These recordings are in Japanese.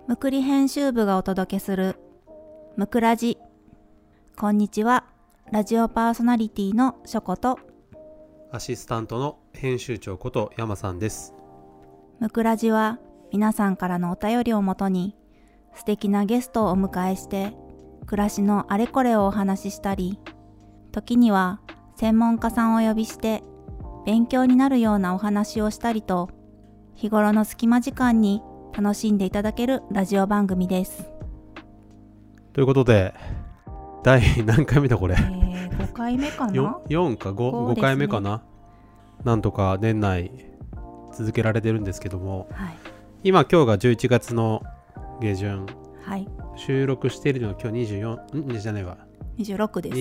むくり編集部がお届けするむくラジ。こんにちは。ラジオパーソナリティのしょことアシスタントの編集長こと山さんです。 むくラジは皆さんからのお便りをもとに素敵なゲストをお迎えして暮らしのあれこれをお話ししたり、時には専門家さんをお呼びして勉強になるようなお話をしたりと、日頃の隙間時間に楽しんでいただけるラジオ番組です。 ということで第何回目だこれ、 5回目かな 4か 5回目かな。なんとか年内続けられてるんですけども、 はい、 今日が11月の下旬、 はい、 収録しているのが今日24じゃないわ 26です。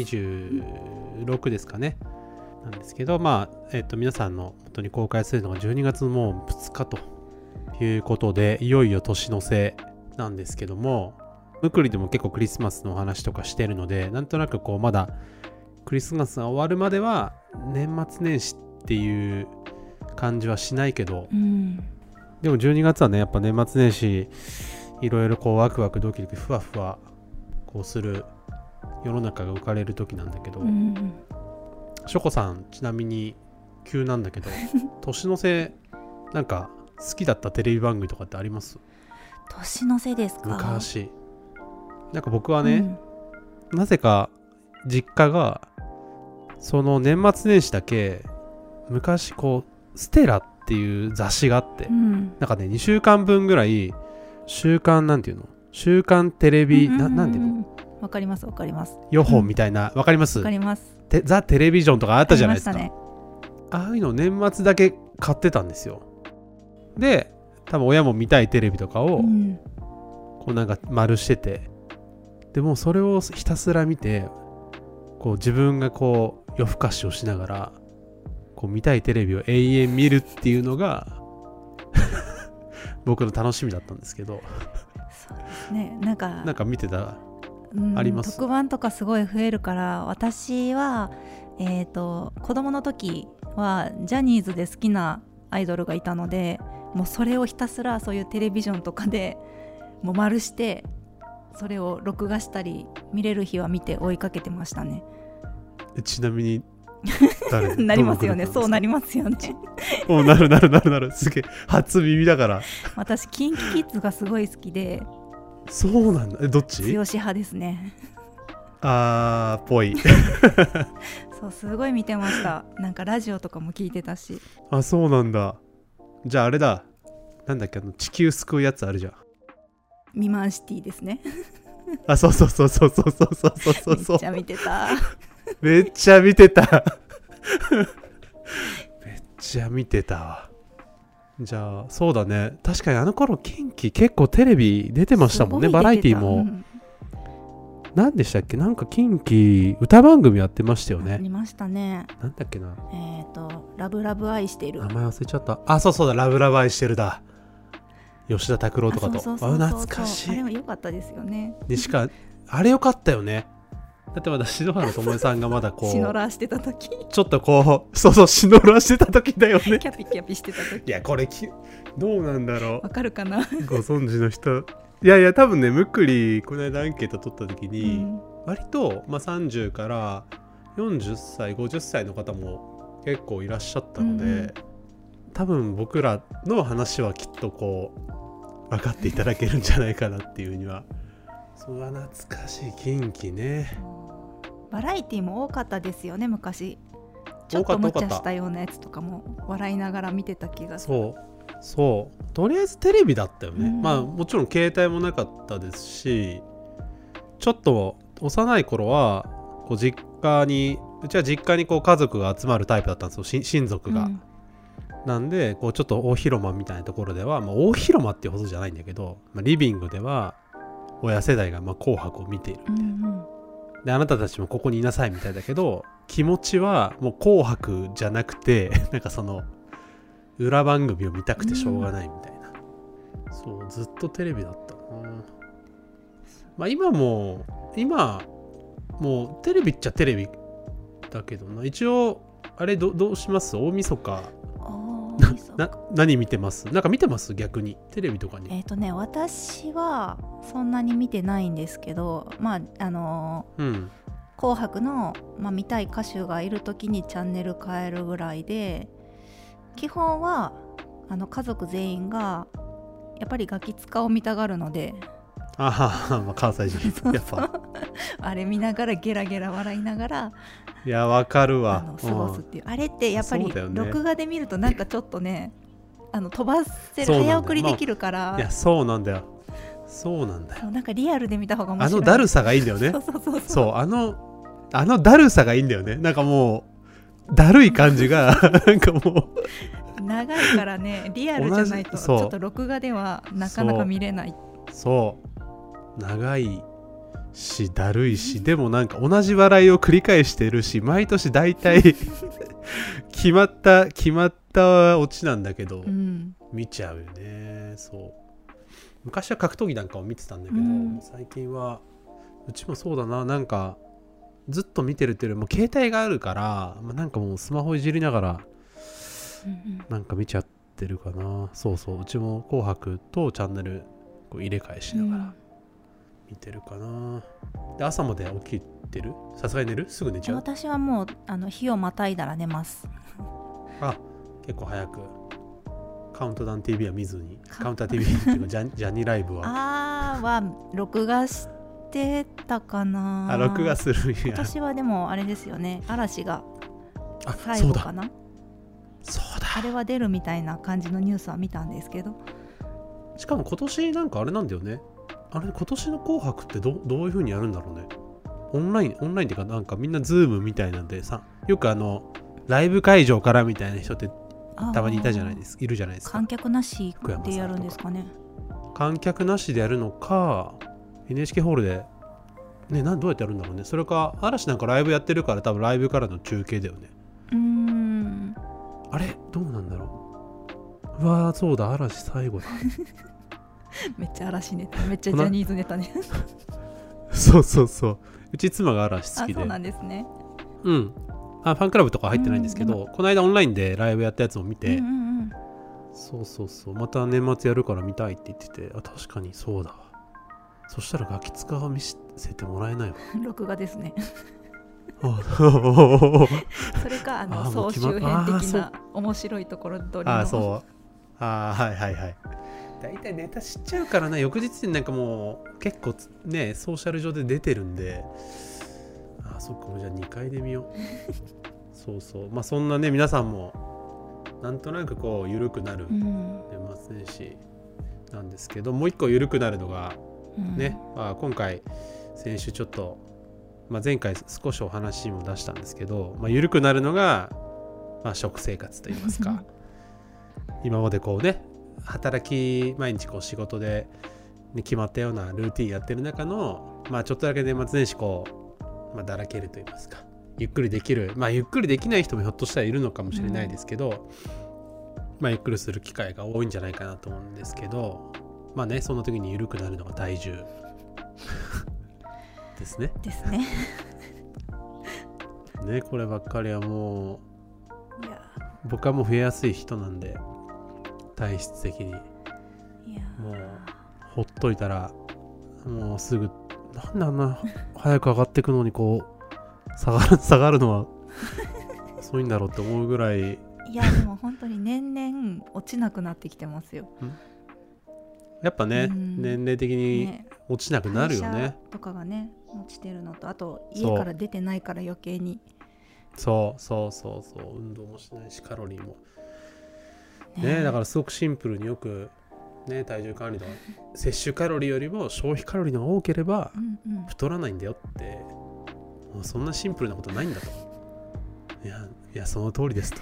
26ですかね。なんですけど、皆さんの元に公開するのが12月のもう2日ということで、いよいよ年の瀬なんですけども、むくりでも結構クリスマスのお話とかしてるので、なんとなくこうまだクリスマスが終わるまでは年末年始っていう感じはしないけど、でも12月はね、やっぱ年末年始いろいろこうワクワクドキドキふわふわこうする世の中が浮かれる時なんだけど、しょこさんちなみに急なんだけど年の瀬なんか好きだったテレビ番組とかってあります？ 年の瀬ですか？ 昔なんか僕はね、なぜか実家がその年末年始だけ昔こうステラっていう雑誌があって、なんかね2週間分ぐらい週刊なんていうの、週刊テレビ、なんていうの、 わかりますわかります、 予報みたいな、わかります？ わかります。 ザ・テレビジョンとかあったじゃないですか。 ね、 ああいうの年末だけ買ってたんですよ。で多分親も見たいテレビとかをこうなんか丸してて、でもそれをひたすら見て、こう自分がこう夜更かしをしながらこう見たいテレビを永遠見るっていうのが僕の楽しみだったんですけど。 そうですね、なんか見てた、あります？ 特番とかすごい増えるから、私は子供の時はジャニーズで好きなアイドルがいたので、もうそれをひたすらそういうテレビジョンとかでもう丸してそれを録画したり見れる日は見て追いかけてましたね。 ちなみに誰なりますよね。そうなりますよね。 おなるすげえ初耳だから。 私キンキキッズがすごい好きで。 そうなんだ。どっち？ 剛派ですね。 ぽいそう、すごい見てました。なんかラジオとかも聞いてたし。 あ、そうなんだ。じゃああれだ、なんだっけ、地球救うやつあるじゃん。 ミマンシティですね。 あ、そうめっちゃ見てためっちゃ見てためっちゃ見てたわ。じゃあそうだね、確かにあの頃キンキ結構テレビ出てましたもんね。バラエティも、何でしたっけ、なんかキンキ歌番組やってましたよね。 ありましたね。 なんだっけな、 ラブラブ愛してる、 名前忘れちゃった。あ、そうだ、ラブラブ愛してるだ、吉田拓郎とかと。懐かしい。 あれも良かったですよね。 あれ良かったよね。だってまだ篠原ともえさんがまだこうシノラーしてた時、 ちょっとこうそうシノラーしてた時だよね。 キャピキャピしてた時。 いやこれどうなんだろう、 わかるかなご存知の人。いや多分ね、むっくりこの間アンケート取った時に、割と、30から40歳50歳の方も結構いらっしゃったので、多分僕らの話はきっとこう分かっていただけるんじゃないかなっていうには。それは懐かしい、キンキね。 バラエティも多かったですよね昔。ちょっと無茶したようなやつとかも笑いながら見てた気がする。 そうとりあえずテレビだったよね。もちろん携帯もなかったですし、ちょっと幼い頃はこううちは実家にこう家族が集まるタイプだったんですよ、親族が。なんでこうちょっと大広間みたいなところでは、大広間っていうほどじゃないんだけど、リビングでは親世代が紅白を見ているみたいな、であなたたちもここにいなさいみたいだけど、気持ちはもう紅白じゃなくてなんかその裏番組を見たくてしょうがないみたいな、そうずっとテレビだったな。今もうテレビっちゃテレビだけどな。一応あれどうします？大晦日何見てます？なんか見てます？逆にテレビとかに。 私はそんなに見てないんですけど、紅白の、見たい歌手がいる時にチャンネル変えるぐらいで、基本は家族全員がやっぱりガキ使を見たがるので、 関西人やっぱあれ見ながらゲラゲラ笑いながら、 いやわかるわ、 過ごすっていう。あれってやっぱり録画で見るとなんかちょっとね飛ばせる、早送りできるから。 いやそうなんだよ。 なんかリアルで見た方が面白い。 だるさがいいんだよね。そうあのだるさがいいんだよね。なんかもうだるい感じがなんかもう長いからね、リアルじゃないとちょっと録画ではなかなか見れない。そう長いしだるいし、でもなんか同じ笑いを繰り返してるし、毎年大体決まったオチなんだけど、見ちゃうよね。そう昔は格闘技なんかを見てたんだけど、最近はうちもそうだな。なんかずっと見てるっていうよりも携帯があるから、なんかもうスマホいじりながらなんか見ちゃってるかな。そううちも紅白とチャンネルこう入れ替えしながら見てるかな。で朝まで起きてる？さすがに寝る？すぐ寝ちゃう？ 私はもう日をまたいだら寝ます。 結構早く。カウントダウン TV は見ずに、カウンター TV っていうかジャニーライブは録画してたかな。 録画するんや。 私はでもあれですよね、嵐が最後かな。 そうだ、 あれは出るみたいな感じのニュースは見たんですけど、 しかも今年なんかあれなんだよね。今年の紅白ってどういう風にやるんだろうね。オンラインっていうか、なんかみんなズームみたいなんでさ、よくライブ会場からみたいな人ってたまにいるじゃないですか。 観客なしでやるんですかね。 観客なしでやるのか NHK ホールでね、どうやってやるんだろうね。それか嵐なんかライブやってるから多分ライブからの中継だよね。あれどうなんだろう。そうだ、嵐最後だめっちゃ嵐ネタ、めっちゃジャニーズネタねそううち妻が嵐好きで。 そうなんですね。 ファンクラブとか入ってないんですけど、この間オンラインでライブやったやつを見て、そうまた年末やるから見たいって言ってて、確かにそうだわ。そしたらガキ使を見せてもらえないわ。 録画ですねそれか総集編的な面白いところ撮りの。だいたいネタ知っちゃうからな。翌日になんかもう結構ねソーシャル上で出てるんで、そっか、じゃあ2回で見ようそんなね、皆さんもなんとなくこう緩くなる年末年始なんですけど、もう一個緩くなるのがね、今回先週ちょっと、前回少しお話も出したんですけど、緩くなるのが、食生活といいますか今までこうね毎日こう仕事で、決まったようなルーティンやってる中の、ちょっとだけ年末年始こう、だらけるといいますか、ゆっくりできる、ゆっくりできない人もひょっとしたらいるのかもしれないですけど、ゆっくりする機会が多いんじゃないかなと思うんですけど、その時に緩くなるのが体重ですね。ね、こればっかりはもう僕はもう増えやすい人なんで、体質的にもうほっといたらもうすぐ、なんであんな早く上がっていくのにこう下がるのは遅いんだろうって思うぐらい。いやでも本当に年々落ちなくなってきてますよ。 やっぱね、年齢的に落ちなくなるよね。 代謝とかがね落ちてるのと、あと家から出てないから余計に。運動もしないしカロリーもね、だからすごくシンプルによくね、体重管理の摂取カロリーよりも消費カロリーの方が多ければ太らないんだよって、もうそんなシンプルなことないんだと。いやその通りですと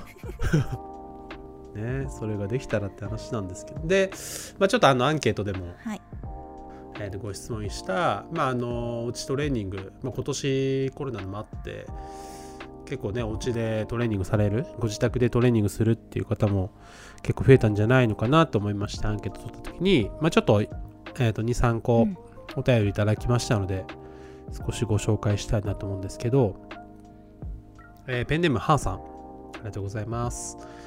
ね、それができたらって話なんですけど、で、ちょっとアンケートでも、ご質問した、おうちトレーニング、今年コロナもあって結構ねお家でトレーニングされる、ご自宅でトレーニングするっていう方も結構増えたんじゃないのかなと思いまして、アンケート取った時に、ちょっと、2,3 個お便りいただきましたので、少しご紹介したいなと思うんですけど、ペンネームハーさん、ありがとうございます。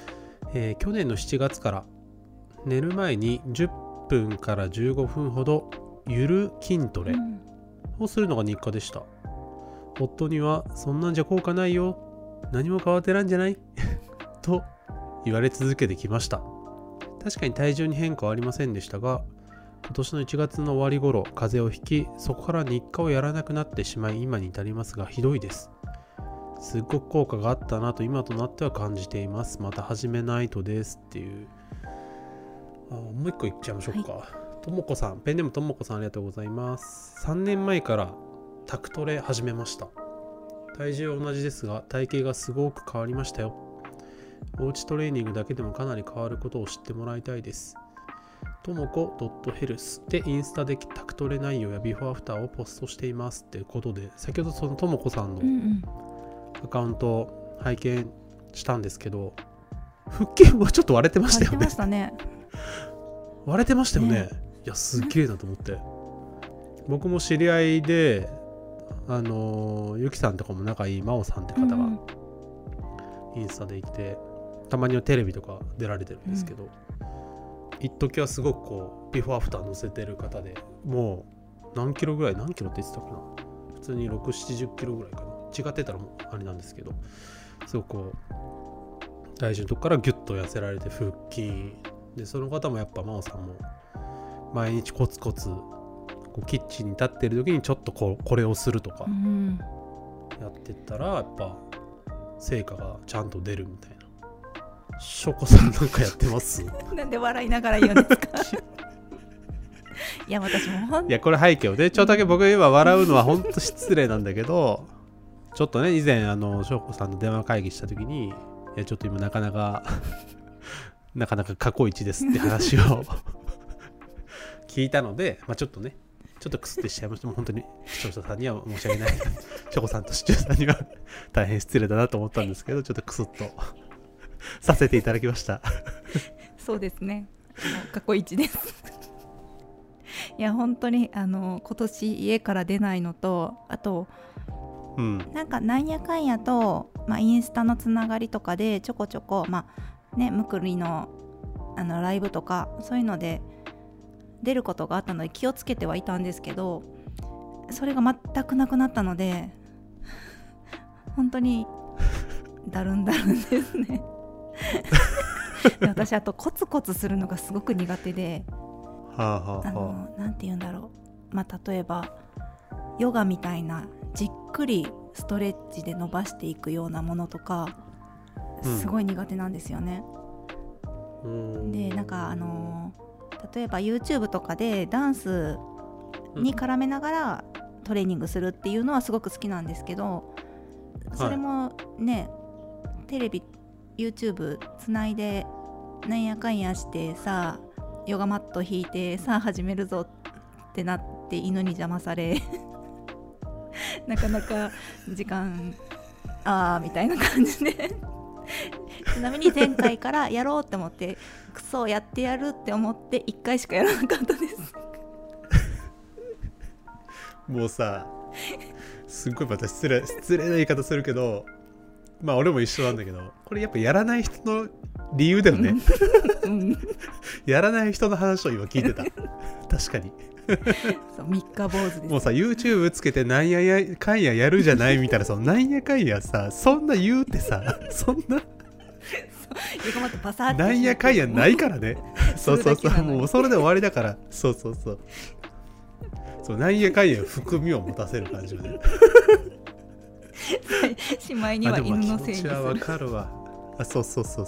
去年の7月から寝る前に10分から15分ほどゆる筋トレをするのが日課でした。夫にはそんなんじゃ効果ないよ、何も変わってないんじゃないと言われ続けてきました。確かに体重に変化はありませんでしたが、今年の1月の終わり頃風邪をひき、そこから日課をやらなくなってしまい今に至りますが、ひどいです。すっごく効果があったなと今となっては感じています。また始めないとですっていう。もう一個いっちゃいましょうか。ともこさん、ペンネームともこさん、ありがとうございます。3年前からタクトレ始めました。体重は同じですが体型がすごく変わりましたよ。おうちトレーニングだけでもかなり変わることを知ってもらいたいです。ともこ .health でインスタでタクトレ内容やビフォーアフターをポストしていますっていうことで、先ほどそのともこさんのアカウントを拝見したんですけど、腹筋はちょっと割れてましたよね。 割れてましたね。 割れてましたよね。いや、すっげえなと思って。僕も知り合いでゆきさんとかも仲いい真央さんって方がインスタでいて、たまにはテレビとか出られてるんですけど、一時はすごくこうビフォーアフター載せてる方で、もう何キロぐらい、何キロって言ってたかな、普通に6、70キロぐらいかな、違ってたらもうあれなんですけど、すごくこう体重のとこからギュッと痩せられて腹筋で、その方もやっぱ真央さんも毎日コツコツキッチンに立ってる時にちょっとこれをするとかやってったら、やっぱ成果がちゃんと出るみたいな。しょこさんなんかやってますなんで笑いながら言うんですかいや、私もいや、これ背景をね、ちょっとだけ僕今笑うのは本当失礼なんだけど、ちょっとね、以前しょこさんと電話会議した時に、いやちょっと今なかなか過去一ですって話を聞いたので、ちょっとね、ちょっとクスってしちゃいました。もう本当に視聴者さんには申し訳ないしょこさんと視聴者さんには大変失礼だなと思ったんですけど、ちょっとクスッとさせていただきましたそうですね、過去一ですいや本当に今年家から出ないのと、あと、なんやかんやと、インスタのつながりとかでちょこちょこむくりのライブとかそういうので出ることがあったので気をつけてはいたんですけど、それが全くなくなったので本当にだるんですねで、私あとコツコツするのがすごく苦手で、なんて言うんだろう、例えばヨガみたいなじっくりストレッチで伸ばしていくようなものとかすごい苦手なんですよね。で、例えば YouTube とかでダンスに絡めながらトレーニングするっていうのはすごく好きなんですけど、それもね、テレビ YouTube つないでなんやかんやしてさ、ヨガマット引いてさあ始めるぞってなって犬に邪魔されなかなか時間みたいな感じでちなみに前回からやろうって思ってクソやってやるって思って1回しかやらなかったですもうさ、すっごいまた失礼な言い方するけど、俺も一緒なんだけど、これやっぱやらない人の理由だよねやらない人の話を今聞いてた確かにそう三日坊主です。 もうさ YouTube つけてなんやかんややるじゃないみたいな、そのなんやかんやさ、そんな言うってさ、そんななんやかんやないからねそうもうそれで終わりだから、そうなんやかんや含みを持たせる感じよねしまいには犬のせいにする。 気持ちはわかるわ。そう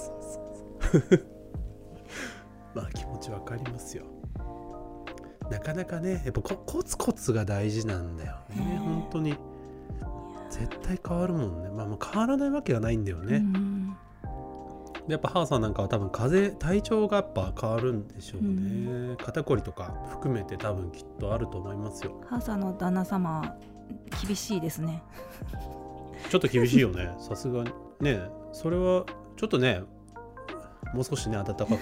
気持ちわかりますよ。なかなかね、やっぱコツコツが大事なんだよね。本当に絶対変わるもんね。変わらないわけがないんだよね。やっぱハーさんなんかは多分体調がやっぱ変わるんでしょうね。肩こりとか含めて多分きっとあると思いますよ。 ハーさんの旦那様厳しいですねちょっと厳しいよねさすがにね。それはちょっとね、もう少しね、温かくね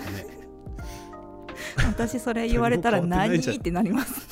私それ言われたら何ってなります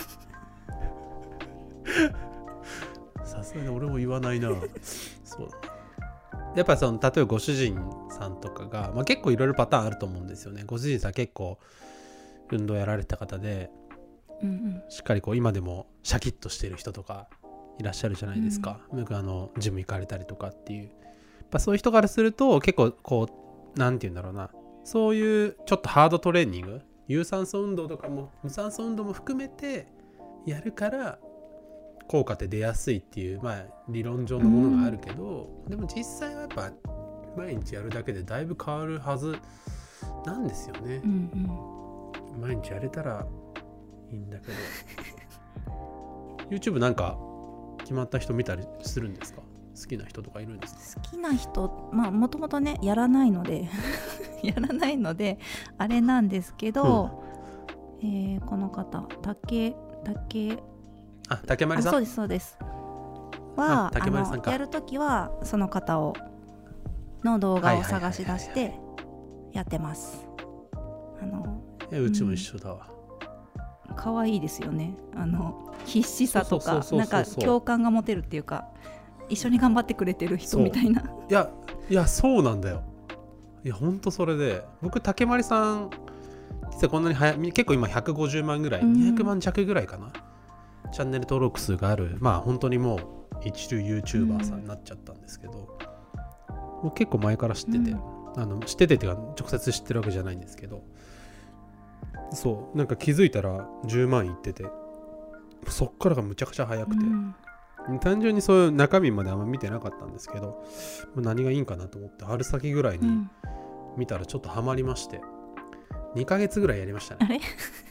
さすがに俺も言わないなそうやっぱ例えばご主人さんとかが、まあ、結構いろいろパターンあると思うんですよね。ご主人さん結構運動やられた方で、 うんうん、 しっかりこう今でもシャキッとしてる人とかいらっしゃるじゃないですか、僕ジム行かれたりとかっていう、やっぱそういう人からすると結構こうなんていうんだろうな、そういうちょっとハードトレーニング、有酸素運動とかも無酸素運動も含めてやるから効果って出やすいっていう、まあ理論上のものがあるけど、でも実際はやっぱ毎日やるだけでだいぶ変わるはずなんですよね、毎日やれたらいいんだけどYouTube なんか決まった人見たりするんですか？好きな人とかいるんですか？ 好きな人、まあもともとねやらないのでやらないのであれなんですけど、この方竹丸さん、そうですそうですは竹丸さんか。 やるときはその方の動画を探し出してやってます。 うちも一緒だわ。 可愛いですよね。必死さとかなんか共感が持てるっていうか、一緒に頑張ってくれてる人みたいな。 いやそうなんだよ。いやほんとそれで、僕竹丸さん実はこんなに結構今150万ぐらい、200万弱ぐらいかな、チャンネル登録数がある、まあ本当にもう一流 YouTuber さんになっちゃったんですけど、もう結構前から知ってて、知っててっていうか直接知ってるわけじゃないんですけど、そうなんか気づいたら10万いってて、そっからがむちゃくちゃ早くて、単純にそういう中身まであんま見てなかったんですけど、何がいいんかなと思って春先ぐらいに見たらちょっとハマりまして、2ヶ月ぐらいやりましたね。 あれ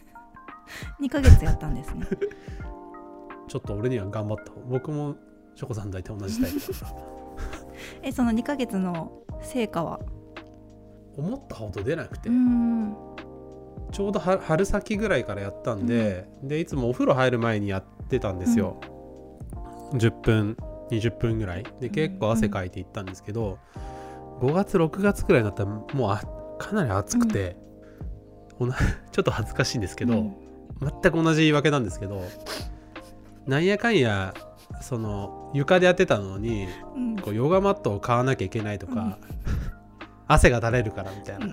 2ヶ月やったんですね。 ちょっと俺には頑張った。僕もショコさん大体同じタイプだからその2ヶ月の成果は思ったほど出なくて、ちょうど春先ぐらいからやったんで、でいつもお風呂入る前にやってたんですよ、10分20分ぐらいで結構汗かいていったんですけど、5月6月くらいになったらもうかなり暑くて、ちょっと恥ずかしいんですけど、全く同じ言い訳なんですけど、なんやかんやその床でやってたのに、こうヨガマットを買わなきゃいけないとか、汗が垂れるからみたいな、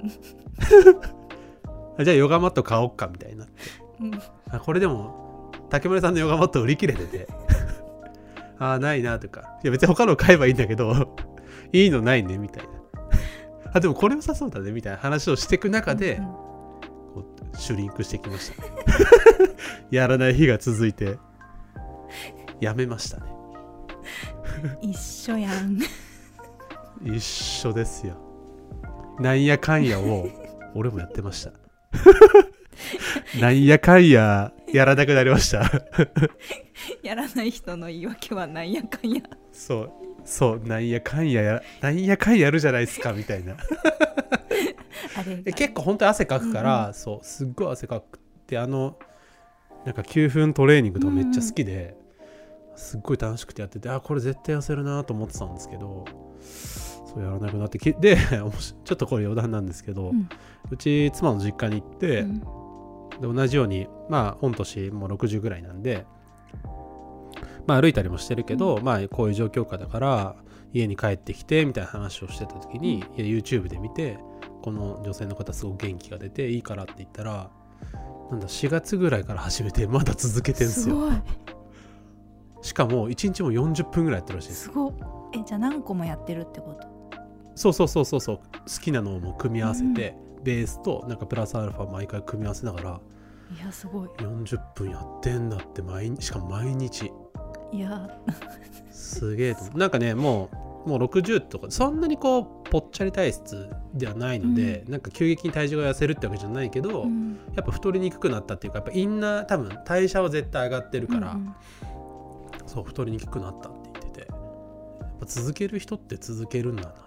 じゃあヨガマット買おっかみたいになって、これでも竹村さんのヨガマット売り切れててないなとか、いや別に他の買えばいいんだけどいいのないねみたいなでもこれ良さそうだねみたいな話をしていく中で、こうシュリンクしてきましたやらない日が続いてやめましたね一緒やん一緒ですよ。なんやかんやを俺もやってましたなんやかんややらなくなりましたやらない人の言い訳はなんやかんや、 そうなんやかんややるじゃないですかみたいなあれ結構本当に汗かくから、そうすっごい汗かくって、なんか9分トレーニングとかめっちゃ好きで、すっごい楽しくてやってて、これ絶対痩せるなと思ってたんですけど、そうやらなくなってでちょっとこれ余談なんですけど、うち妻の実家に行って、で同じようにまあ御年もう60ぐらいなんで、まあ歩いたりもしてるけど、まあこういう状況下だから家に帰ってきてみたいな話をしてた時に、いや YouTube で見てこの女性の方すごく元気が出ていいからって言ったら、なんだ4月ぐらいから始めてまだ続けてんすよ。 すごい。 しかも1日も40分ぐらいやってるらしいです。 すごい。じゃあ何個もやってるってこと？ そう好きなのをもう組み合わせて、ベースとなんかプラスアルファ毎回組み合わせながら、 いやすごい 40分やってんだって、しかも毎日。 いやすげえと。なんかねもう60とかそんなにこうぽっちゃり体質ではないので、なんか急激に体重が痩せるってわけじゃないけど、やっぱ太りにくくなったっていうか、やっぱインナー多分代謝は絶対上がってるから、そう太りにくくなったって言ってて、やっぱ続ける人って続けるんだなって、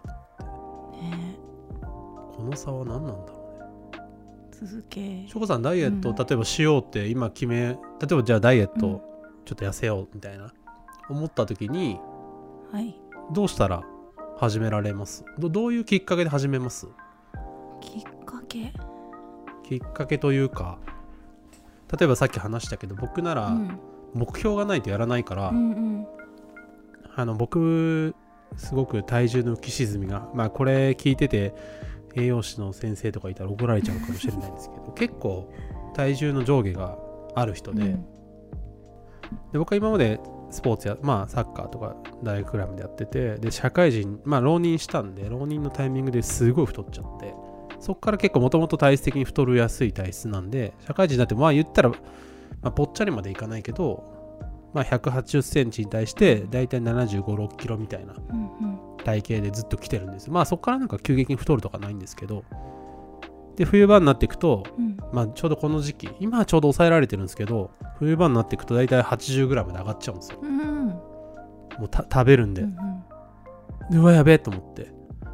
この差は何なんだろうね。 続け。 しょこさんダイエット、例えばしようって今例えばじゃあダイエットちょっと痩せようみたいな思った時に、どうしたら始められます？どういうきっかけで始めます？ きっかけというか、例えばさっき話したけど、僕なら目標がないとやらないから、僕すごく体重の浮き沈みが、まあこれ聞いてて栄養士の先生とかいたら怒られちゃうかもしれないんですけど結構体重の上下がある人で、で僕は今までスポーツや、まあサッカーとか大学クラブでやってて、で社会人、まあ浪人したんで、浪人のタイミングですごい太っちゃって、そっから結構もともと体質的に太りやすい体質なんで、社会人になってまあ言ったら、まあ、ぽっちゃりまでいかないけど、まあ180センチに対してだいたい75、6キロみたいな体型でずっと来てるんです。まあそっからなんか急激に太るとかないんですけど、で冬場になっていくと、まあちょうどこの時期、今はちょうど抑えられてるんですけど、冬場になっていくとだいたい 80g で上がっちゃうんですよ。もう食べるんで、うわやべえと思って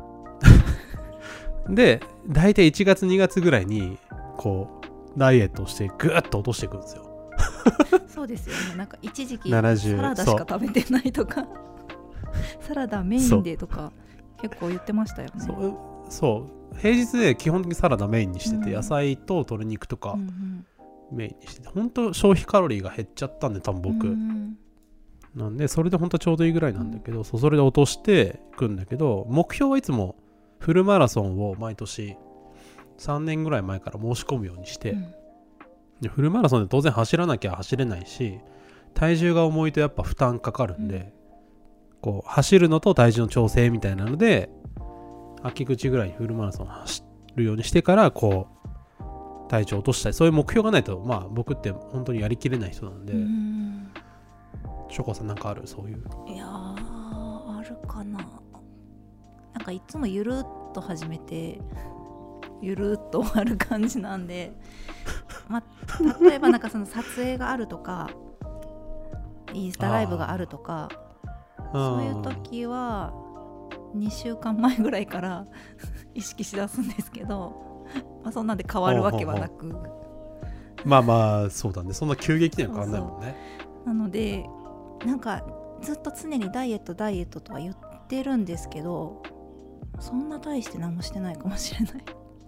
でだいたい1月2月ぐらいにこうダイエットをしてグーッと落としていくんですよ。 そうですよね。なんか一時期 70 サラダしか食べてないとかサラダメインでとか結構言ってましたよね。 そう平日で基本的にサラダメインにしてて、野菜と鶏肉とかメインにしてて、本当消費カロリーが減っちゃったんで多分僕、なんでそれで本当ちょうどいいぐらいなんだけど、それで落としていくんだけど、目標はいつもフルマラソンを毎年3年ぐらい前から申し込むようにして、でフルマラソンで当然走らなきゃ走れないし、体重が重いとやっぱ負担かかるんで、こう走るのと体重の調整みたいなので秋口ぐらいにフルマラソンを走るようにしてからこう体重を落としたい、そういう目標がないとまあ僕って本当にやりきれない人なんで。ショコさんなんかある？そういう。 いやあるかな。なんかいつもゆるっと始めてゆるっと終わる感じなんでまあ、例えばなんかその撮影があるとかインスタライブがあるとか、そういう時は2週間前ぐらいから意識しだすんですけど、まあ、そんなんで変わるわけはなく、 まあまあそうだね、そんな急激には変わんないもんね。 なのでなんかずっと常にダイエットとは言ってるんですけど、そんな大して何もしてないかもしれない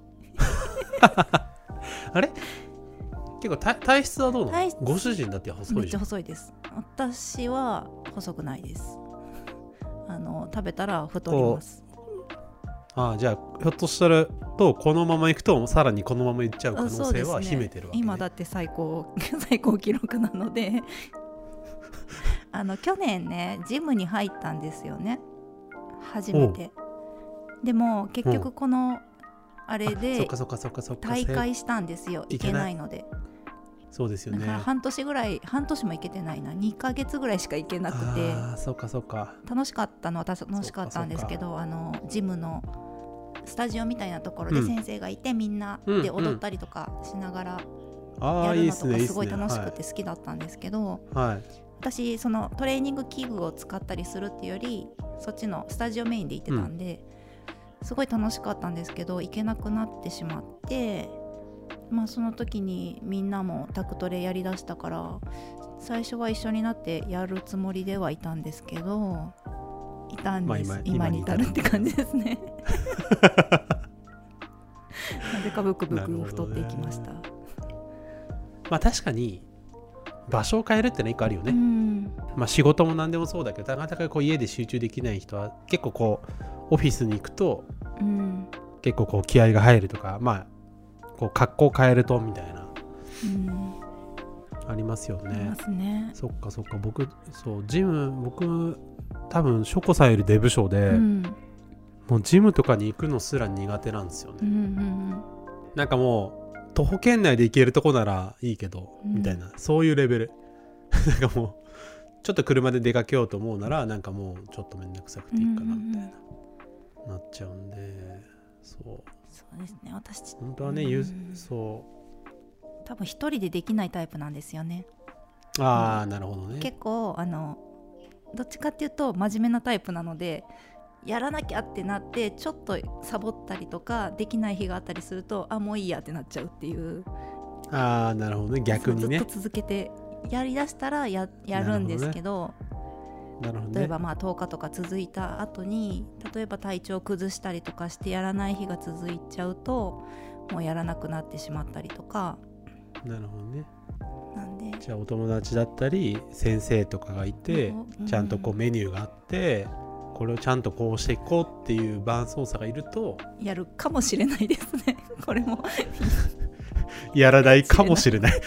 あれ結構体質はどうなの？ご主人だって細いじゃん。 めっちゃ細いです。私は細くないです。食べたら太ります。 じゃあひょっとしたらとこのままいくとさらにこのままいっちゃう可能性は秘めてるわけ、ね。 今だって最高記録なので去年ねジムに入ったんですよね、初めて。でも結局このあれで大会したんですよ。行けないので。 そうですよね。 だから半年も行けてないな、2ヶ月ぐらいしか行けなくて。 そうか楽しかったのは楽しかったんですけど、ジムのスタジオみたいなところで先生がいて、みんなで踊ったりとかしながらやるのとかすごい楽しくて好きだったんですけど、私そのトレーニング器具を使ったりするっていうよりそっちのスタジオメインで行ってたんで、すごい楽しかったんですけど行けなくなってしまって、まあその時にみんなもタクトレやりだしたから、最初は一緒になってやるつもりではいたんですけど、いたんです、今に至るって感じですねなぜかブクブク太っていきました。 まあ確かに場所を変えるってのは一個あるよね。まあ仕事も何でもそうだけど、なかなかこう家で集中できない人は結構こうオフィスに行くと、結構こう気合が入るとか、まあこう格好変えるとみたいな、ありますよね。ありますね。そっか僕ジム多分ショコさんよりデブ症で、もうジムとかに行くのすら苦手なんですよね。なんかもう徒歩圏内で行けるとこならいいけど、みたいな、そういうレベルなんかもうちょっと車で出かけようと思うならなんかもうちょっとめんどくさくていいかなみたいな、なっちゃうんで、そうですね。私本当はね、 多分一人でできないタイプなんですよね。 なるほどね。 結構どっちかっていうと真面目なタイプなので、やらなきゃってなってちょっとサボったりとかできない日があったりすると、もういいやってなっちゃうっていう。 なるほどね。逆にね、 ずっと続けてやりだしたら やるんですけど、例えばまあ10日とか続いた後に例えば体調崩したりとかしてやらない日が続いちゃうと、もうやらなくなってしまったりとか。 なるほどね。 なんでじゃあお友達だったり先生とかがいて、ちゃんとこうメニューがあって、ここれをちゃんとこうしていこうっていう伴走者がいるとやるかもしれないですねこれもやらないかもしれない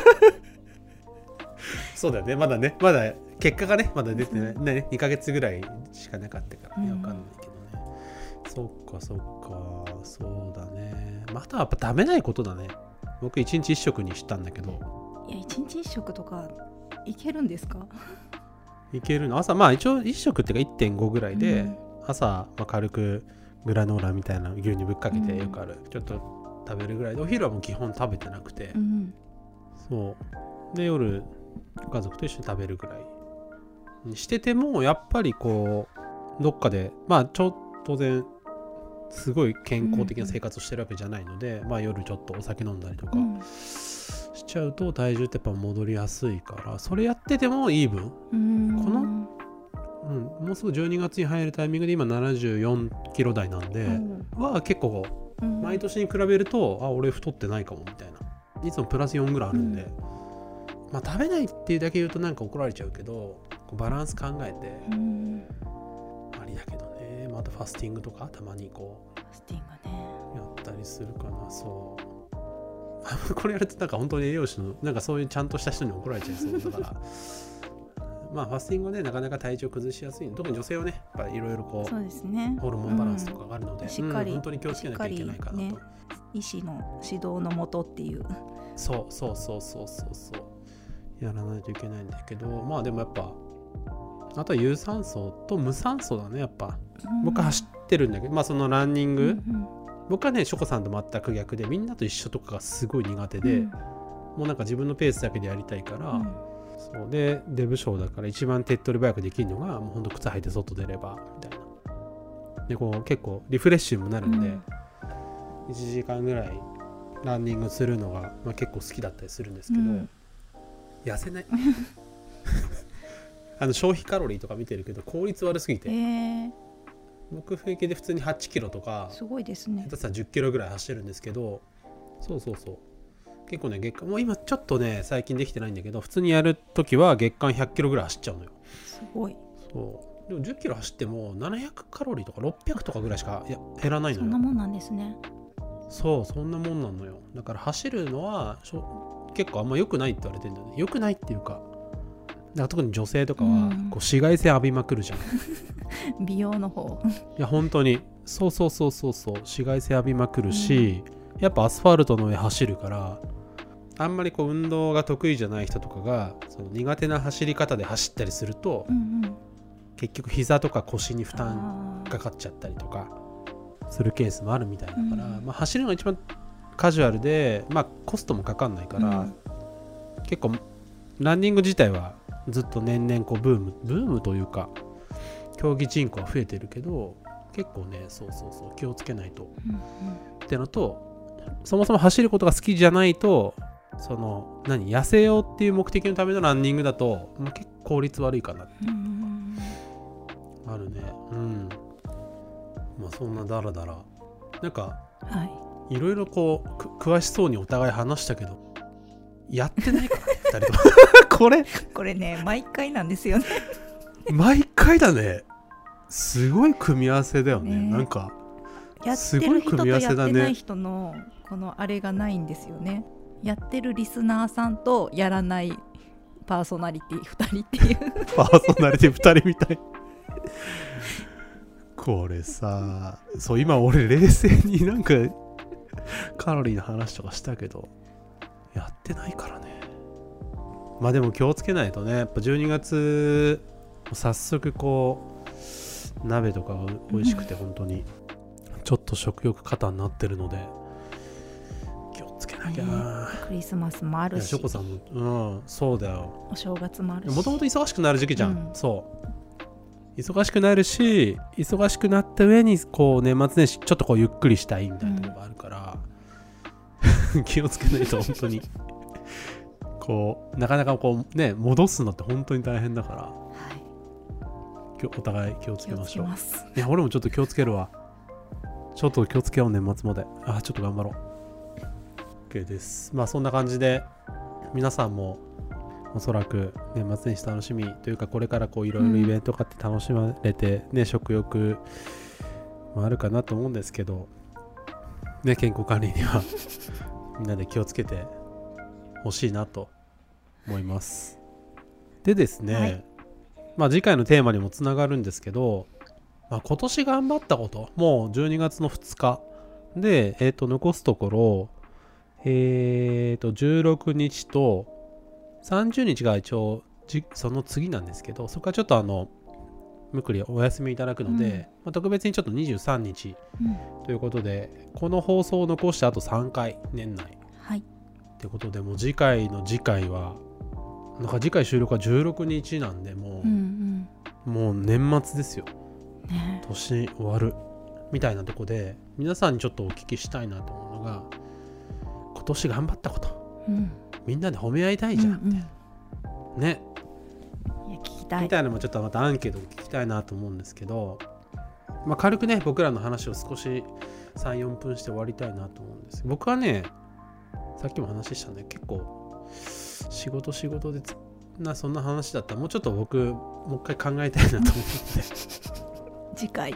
そうだよね、まだ結果がねまだ出てない、ね、2ヶ月ぐらいしかなかったからね、分かんないけどね。そっかそうだね。またやっぱ食べないことだね。僕1日1食にしたんだけど。 いや1日1食とかいけるんですか？ いけるの。朝まあ一応1食っていうか 1.5 ぐらいで、朝、軽くグラノーラみたいな牛乳ぶっかけてよくある、ちょっと食べるぐらいで、お昼はもう基本食べてなくて、そうで夜家族と一緒に食べるぐらいにしてても、やっぱりこうどっかで当然すごい健康的な生活をしてるわけじゃないので、夜ちょっとお酒飲んだりとかしちゃうと体重ってやっぱ戻りやすいから、それやっててもいい分、この、もうすぐ12月に入るタイミングで今74キロ台なんで、は結構毎年に比べると俺太ってないかもみたいな、いつもプラス4ぐらいあるんで、食べないっていうだけ言うとなんか怒られちゃうけど、バランス考えてありだけどね。またファスティングとかたまにこうファスティングねやったりするかな。そうこれやるとなんか本当に栄養士のなんかそういうちゃんとした人に怒られちゃいそうだからファスティングはねなかなか体調崩しやすい、特に女性はねやっぱいろいろこう、 そうですね、 ホルモンバランスとかがあるので、 しっかり、 本当に気をつけなきゃいけないかなと、 ね、医師の指導のもとっていう、 そうやらないといけないんだけど、でもやっぱあとは有酸素と無酸素だね。やっぱ、僕は走ってるんだけど、そのランニング、僕はねショコさんと全く逆で、みんなと一緒とかがすごい苦手で、もうなんか自分のペースだけでやりたいから、そうでデブ症だから一番手っ取り早くできるのがもうほんと靴履いて外出ればみたいなで、こう結構リフレッシュにもなるんで、1時間ぐらいランニングするのが、結構好きだったりするんですけど、痩せない消費カロリーとか見てるけど効率悪すぎて、僕平均で普通に8キロとかすごいですね。 下手したら10キロぐらい走るんですけど、そう結構ね月間もう今ちょっとね最近できてないんだけど、普通にやるときは月間100キロぐらい走っちゃうのよ。 すごい。 そうでも10キロ走っても700カロリーとか600とかぐらいしか減らないのよ。 そんなもんなんですね。 そんなもんなのよ。だから走るのは結構あんま良くないって言われてるんだよね。良くないっていうか、だから特に女性とかはこう紫外線浴びまくるじゃん美容の方いや本当にそう紫外線浴びまくるし、やっぱアスファルトの上走るから、あんまりこう運動が得意じゃない人とかがその苦手な走り方で走ったりすると、結局膝とか腰に負担かかっちゃったりとかするケースもあるみたいだから、走るのが一番カジュアルで、コストもかかんないから、結構ランニング自体はずっと年々こうブームというか競技人口は増えてるけど、結構ねそう気をつけないと、ってのと、そもそも走ることが好きじゃないと、その痩せようっていう目的のためのランニングだと、結構効率悪いかなってあるね。そんなダラダラなんか、いろいろこう詳しそうにお互い話したけどやってないからね2人とこれね毎回なんですよね毎回だね。すごい組み合わせだよね。なんかすごい組み合わせだね。 やってる人とやってない人のこのあれがないんですよね。やってるリスナーさんとやらないパーソナリティ2人っていうパーソナリティ2人みたいこれさ、今俺冷静になんかカロリーの話とかしたけどやってないからね。でも気をつけないとね。やっぱ12月早速こう鍋とかが美味しくて本当にちょっと食欲過多になってるので気をつけなきゃな。 クリスマスもあるし、 ショコさんもそうだよ。 お正月もあるし、 もともと忙しくなる時期じゃん。忙しくなるし、忙しくなった上にこう年末年始ちょっとこうゆっくりしたいみたいなところがあるから、気をつけないと本当にこうなかなかこうね戻すのって本当に大変だから、お互い気をつけましょう。いや俺もちょっと気をつけるわ。ちょっと気をつけよう、年末まで。ちょっと頑張ろう。 OK です。そんな感じで皆さんもおそらく年末年始楽しみというか、これからこういろいろイベントがあって楽しまれて、ね、食欲もあるかなと思うんですけど、ね、健康管理にはみんなで気をつけてほしいなと思います。でですね、はい、まあ、次回のテーマにもつながるんですけど、まあ、今年頑張ったこと、もう12月の2日で、残すところ、16日と30日が一応その次なんですけど、そこはちょっとむくりお休みいただくので、まあ、特別にちょっと23日ということで、この放送を残してあと3回年内、 はい、 ということで、もう次回の次回はなんか次回収録は16日なんで、もう年末ですよ、ね、年終わるみたいなとこで、皆さんにちょっとお聞きしたいなと思うのが、今年頑張ったこと、みんなで褒め合いたいじゃんって、ね、 いや聞きたいみたいなのもちょっとまたアンケートを聞きたいなと思うんですけど、まあ、軽くね僕らの話を少し 3,4 分して終わりたいなと思うんです。僕はね、さっきも話したんで、結構仕事でそんな話だったら、もうちょっと僕もう一回考えたいなと思って次回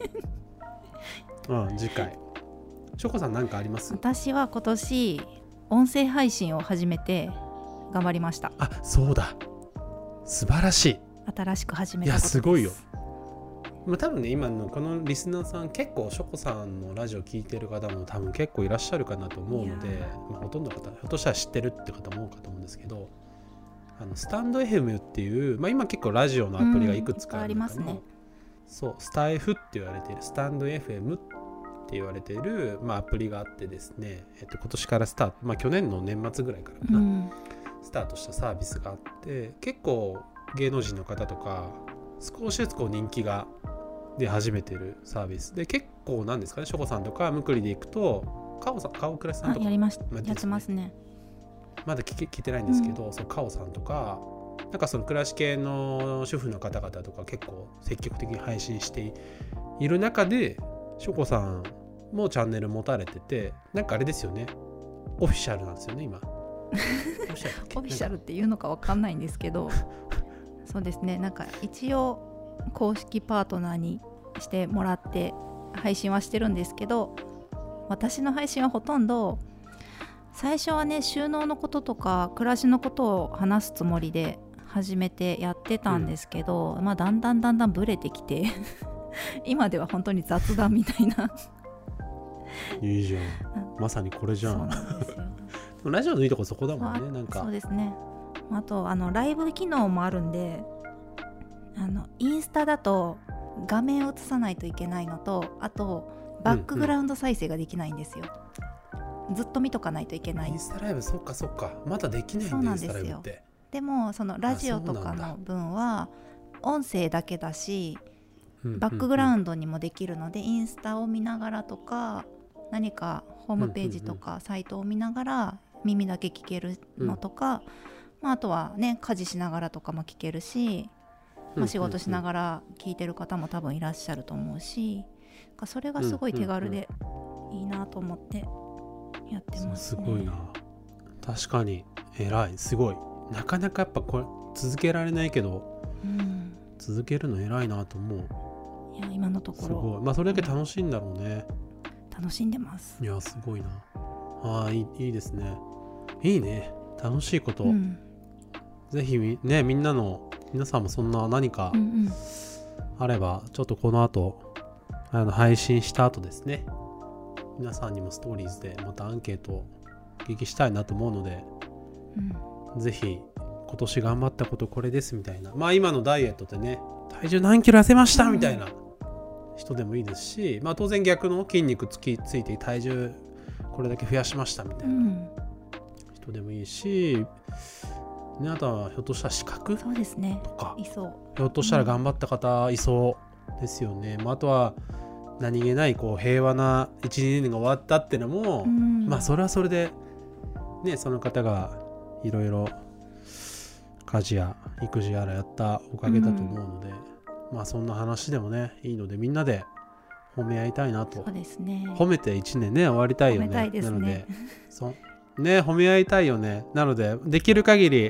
次回、しょこさん何かあります？ 私は今年音声配信を始めて頑張りました。 あ、そうだ、素晴らしい。 新しく始めたことです。 いやすごいよ。多分ね、今のこのリスナーさん、結構しょこさんのラジオ聞いてる方も多分結構いらっしゃるかなと思うので、ほとんどの方、ひょっとしたら知ってるって方も多いかと思うんですけど、スタンド FM っていう、今結構ラジオのアプリがいくつかあるのかな、そう、スタイフって言われている、スタンド FM って言われている、アプリがあってですね、今年からスタート、去年の年末ぐらいからかな、スタートしたサービスがあって、結構芸能人の方とか少しずつこう人気が出始めてるサービスで、結構なんですかね、しょこさんとかむくりで行くと顔倉さんとかやってますね。 まだ聞いてないんですけど、そのカオさんとか、なんかその暮らし系の主婦の方々とか結構積極的に配信している中で、しょこさんもチャンネル持たれてて、なんかあれですよね、オフィシャルなんですよね今オフィシャルっていうのか分かんないんですけどそうですね、なんか一応公式パートナーにしてもらって配信はしてるんですけど、私の配信はほとんど最初はね、収納のこととか暮らしのことを話すつもりで始めてやってたんですけど、だんだんブレてきて今では本当に雑談みたいいいじゃん、まさにこれじゃん。そうなんですよラジオのいいとこそこだもんね。なんかそうですね。あとライブ機能もあるんで、インスタだと画面を映さないといけないのと、あとバックグラウンド再生ができないんですよ、ずっと見とかないといけない。 インスタライブ、そっかまだできないんだ。 そうなんですよ。でもそのラジオとかの分は音声だけだし、バックグラウンドにもできるので、インスタを見ながらとか、何かホームページとかサイトを見ながら耳だけ聞けるのとか、あとはね、家事しながらとかも聞けるし、仕事しながら聞いてる方も多分いらっしゃると思うし、それがすごい手軽でいいなと思ってやってますね。 すごいな、確かに偉い、すごい。なかなかやっぱこれ続けられないけど、続けるの偉いなと思う。 いや、今のところすごい、それだけ楽しいんだろうね。 楽しんでます。 いや、すごいな。いいですね。いいね、楽しいこと、ぜひね、皆さんもそんな何かあれば、ちょっとこの後配信した後ですね、皆さんにもストーリーズでまたアンケートをお聞きしたいなと思うので、ぜひ今年頑張ったことこれですみたいな、今のダイエットでね、体重何キロ痩せましたみたいな人でもいいですし、当然逆の筋肉ついて体重これだけ増やしましたみたいな人でもいいし、あとはひょっとしたら資格とか、 そうですね、いそう、 ひょっとしたら頑張った方いそうですよね。あとは何気ないこう平和な 1,2 年が終わったってのも、それはそれでね、その方がいろいろ家事や育児やらやったおかげだと思うので、そんな話でもね、いいのでみんなで褒め合いたいなと。 そうですね、 褒めて1年ね終わりたいよね。 褒めたいですね。 なので褒め合いたいよね。なのでできる限り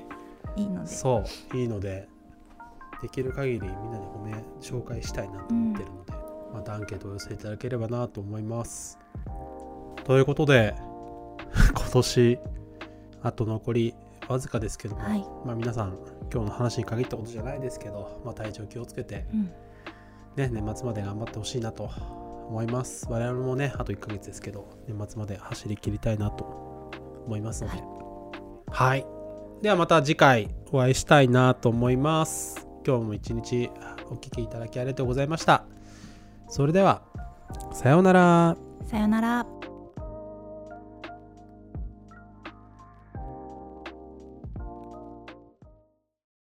いいので、 そういいので、できる限りみんなに紹介したいなと思ってるので、またアンケートを寄せていただければなと思います。ということで今年あと残りわずかですけども、 はい、 皆さん今日の話に限ったことじゃないですけど、体調気をつけて、年末まで頑張ってほしいなと思います。我々もねあと1ヶ月ですけど、年末まで走り切りたいなと思いますので、はい、ではまた次回お会いしたいなと思います。今日も一日お聞きいただきありがとうございました。それではさようなら。 さよなら。